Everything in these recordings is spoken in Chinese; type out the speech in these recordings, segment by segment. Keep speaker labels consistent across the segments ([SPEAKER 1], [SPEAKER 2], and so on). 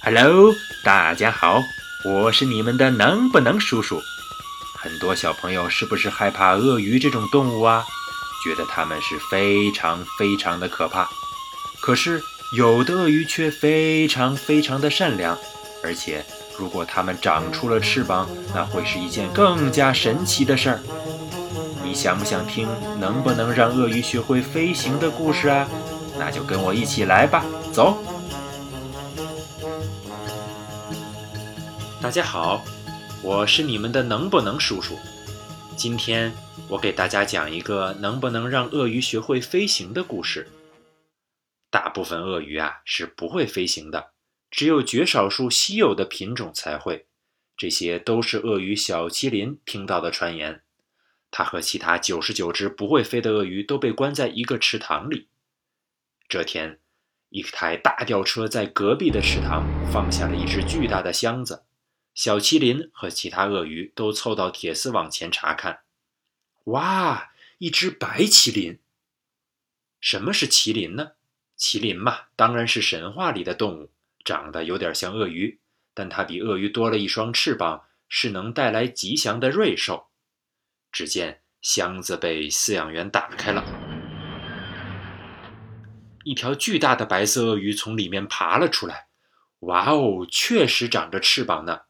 [SPEAKER 1] Hello，大家好，我是你们的能不能叔叔。很多小朋友是不是害怕鳄鱼这种动物啊？觉得它们是非常非常的可怕。可是有的鳄鱼却非常非常的善良，而且如果它们长出了翅膀，那会是一件更加神奇的事儿。你想不想听能不能让鳄鱼学会飞行的故事啊？那就跟我一起来吧，走！大家好，我是你们的能不能叔叔。今天我给大家讲一个能不能让鳄鱼学会飞行的故事。大部分鳄鱼啊是不会飞行的，只有绝少数稀有的品种才会。这些都是鳄鱼小麒麟听到的传言。它和其他99只不会飞的鳄鱼都被关在一个池塘里。这天，一台大吊车在隔壁的池塘放下了一只巨大的箱子。小麒麟和其他鳄鱼都凑到铁丝网前查看。哇，一只白麒麟！什么是麒麟呢？麒麟嘛，当然是神话里的动物，长得有点像鳄鱼，但它比鳄鱼多了一双翅膀，是能带来吉祥的瑞兽。只见箱子被饲养员打开了，一条巨大的白色鳄鱼从里面爬了出来。哇哦，确实长着翅膀呢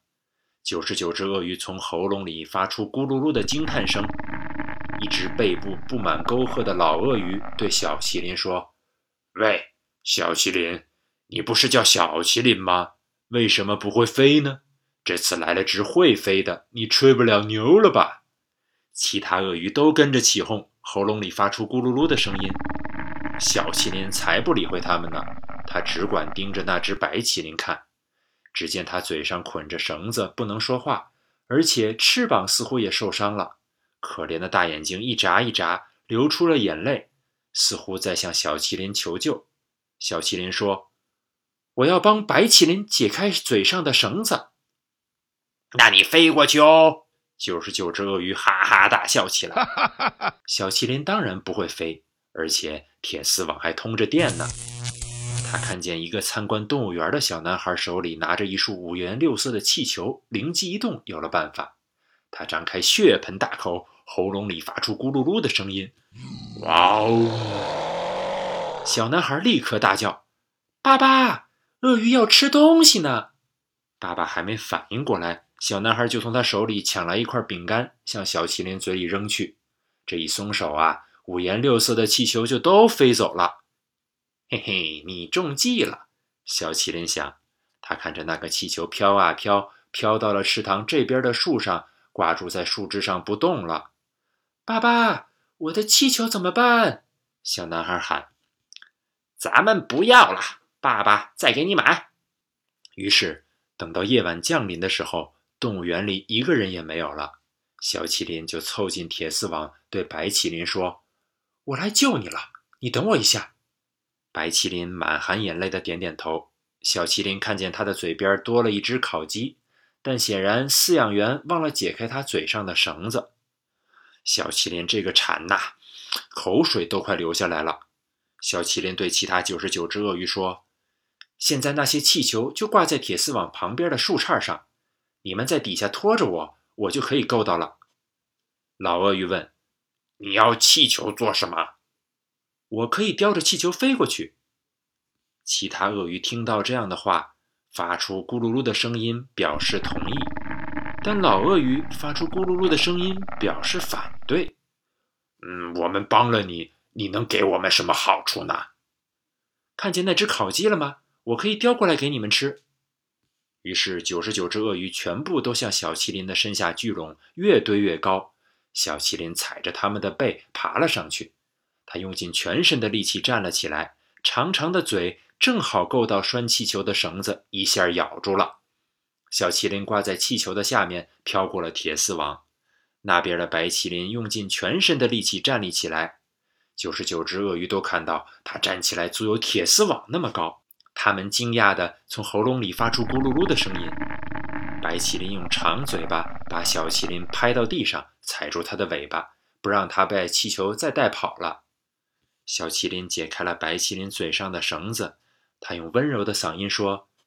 [SPEAKER 1] ！99只鳄鱼从喉咙里发出咕噜噜的惊叹声。一只背部布满沟壑的老鳄鱼对小麒麟说：“喂，小麒麟，你不是叫小麒麟吗？为什么不会飞呢？这次来了只会飞的，你吹不了牛了吧？”其他鳄鱼都跟着起哄，喉咙里发出咕噜噜的声音。小麒麟才不理会他们呢，他只管盯着那只白麒麟看。只见他嘴上捆着绳子，不能说话，而且翅膀似乎也受伤了。可怜的大眼睛一眨一眨，流出了眼泪，似乎在向小麒麟求救。小麒麟说：“我要帮白麒麟解开嘴上的绳子。”那你飞过去哦！99只鳄鱼哈哈大笑起来。小麒麟当然不会飞，而且铁丝网还通着电呢。他看见一个参观动物园的小男孩手里拿着一束五颜六色的气球，灵机一动，有了办法。他张开血盆大口，喉咙里发出咕噜噜的声音。哇哦！小男孩立刻大叫：“爸爸，鳄鱼要吃东西呢！”爸爸还没反应过来，小男孩就从他手里抢来一块饼干，向小麒麟嘴里扔去。这一松手啊，五颜六色的气球就都飞走了。嘿嘿，你中计了，小麒麟想。他看着那个气球飘啊飘，飘到了池塘这边的树上，挂住在树枝上不动了。爸爸，我的气球怎么办？小男孩喊。咱们不要了，爸爸再给你买。于是等到夜晚降临的时候，动物园里一个人也没有了。小麒麟就凑近铁丝网，对白麒麟说：“我来救你了，你等我一下。”白麒麟满含眼泪的点点头。小麒麟看见他的嘴边多了一只烤鸡，但显然饲养员忘了解开他嘴上的绳子。小麒麟这个馋呐，口水都快流下来了。小麒麟对其他99只鳄鱼说：“现在那些气球就挂在铁丝网旁边的树杈上，你们在底下拖着我，我就可以够到了。”老鳄鱼问：“你要气球做什么？”“我可以叼着气球飞过去。”其他鳄鱼听到这样的话，发出咕噜噜的声音表示同意，但老鳄鱼发出咕噜噜的声音表示反对。我们帮了你，你能给我们什么好处呢？看见那只烤鸡了吗？我可以叼过来给你们吃。于是99只鳄鱼全部都向小麒麟的身下聚拢，越堆越高。小麒麟踩着他们的背爬了上去，他用尽全身的力气站了起来，长长的嘴正好够到拴气球的绳子，一下咬住了。小麒麟挂在气球的下面，飘过了铁丝网。那边的白麒麟用尽全身的力气站立起来。99只鳄鱼都看到他站起来足有铁丝网那么高，他们惊讶地从喉咙里发出咕噜噜的声音。白麒麟用长嘴巴把小麒麟拍到地上，踩住他的尾巴，不让他被气球再带跑了。小麒麟解开了白麒麟嘴上的绳子，他用温柔的嗓音说：“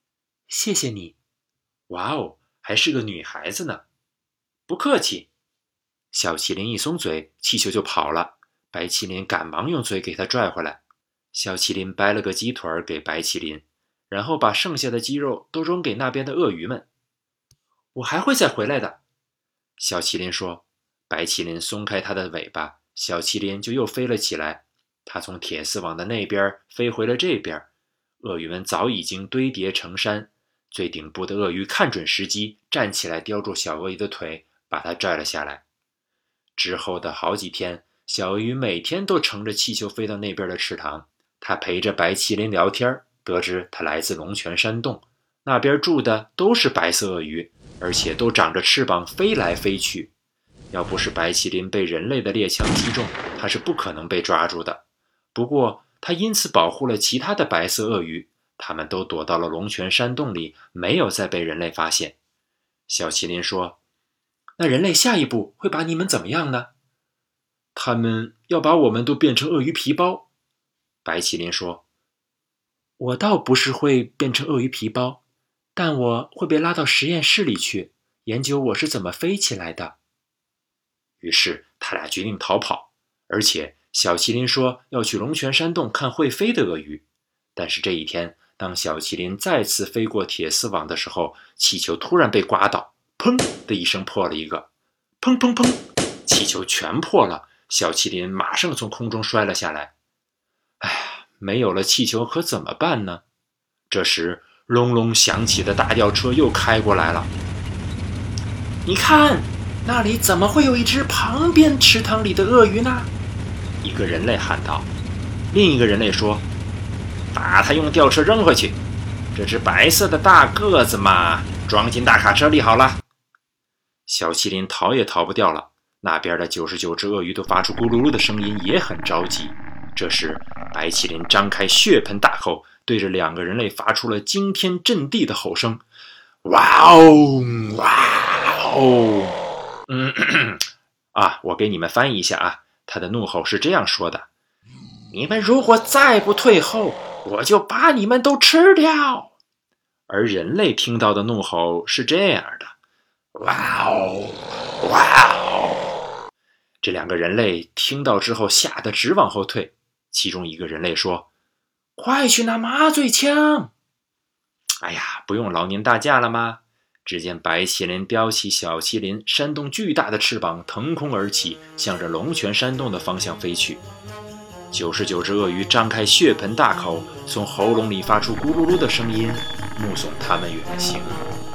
[SPEAKER 1] 谢谢你。哇哦，还是个女孩子呢。不客气。小麒麟一松嘴，气球就跑了。白麒麟赶忙用嘴给它拽回来。小麒麟掰了个鸡腿给白麒麟，然后把剩下的鸡肉都扔给那边的鳄鱼们。我还会再回来的，小麒麟说。白麒麟松开它的尾巴，小麒麟就又飞了起来。它从铁丝网的那边飞回了这边。鳄鱼们早已经堆叠成山。最顶部的鳄鱼看准时机，站起来叼住小鳄鱼的腿，把它拽了下来。之后的好几天，小鳄鱼每天都乘着气球飞到那边的池塘。它陪着白麒麟聊天，得知它来自龙泉山洞，那边住的都是白色鳄鱼，而且都长着翅膀飞来飞去。要不是白麒麟被人类的猎枪击中，它是不可能被抓住的。不过它因此保护了其他的白色鳄鱼，它们都躲到了龙泉山洞里，没有再被人类发现。小麒麟说：那人类下一步会把你们怎么样呢？他们要把我们都变成鳄鱼皮包。白麒麟说：我倒不是会变成鳄鱼皮包，但我会被拉到实验室里去，研究我是怎么飞起来的。于是他俩决定逃跑，而且小麒麟说要去龙泉山洞看会飞的鳄鱼。但是这一天，当小麒麟再次飞过铁丝网的时候，气球突然被刮倒，砰的一声破了一个。砰砰砰，气球全破了，小麒麟马上从空中摔了下来。哎呀，没有了气球可怎么办呢？这时隆隆响起的大吊车又开过来了。你看，那里怎么会有一只旁边池塘里的鳄鱼呢？一个人类喊道。另一个人类说：把它用吊车扔回去，这只白色的大个子嘛，装进大卡车里好了。小麒麟逃也逃不掉了，那边的99只鳄鱼都发出咕噜噜的声音，也很着急。这时白麒麟张开血盆大口，对着两个人类发出了惊天震地的吼声：哇哦哇哦！我给你们翻译一下啊，他的怒吼是这样说的：你们如果再不退后，我就把你们都吃掉。而人类听到的怒吼是这样的：哇哦哇哦！这两个人类听到之后吓得直往后退。其中一个人类说：快去拿麻醉枪。哎呀，不用劳您大驾了吗？只见白麒麟叼起小麒麟，扇动巨大的翅膀，腾空而起，向着龙泉山洞的方向飞去。99只鳄鱼张开血盆大口，从喉咙里发出咕噜噜的声音，目送他们远行。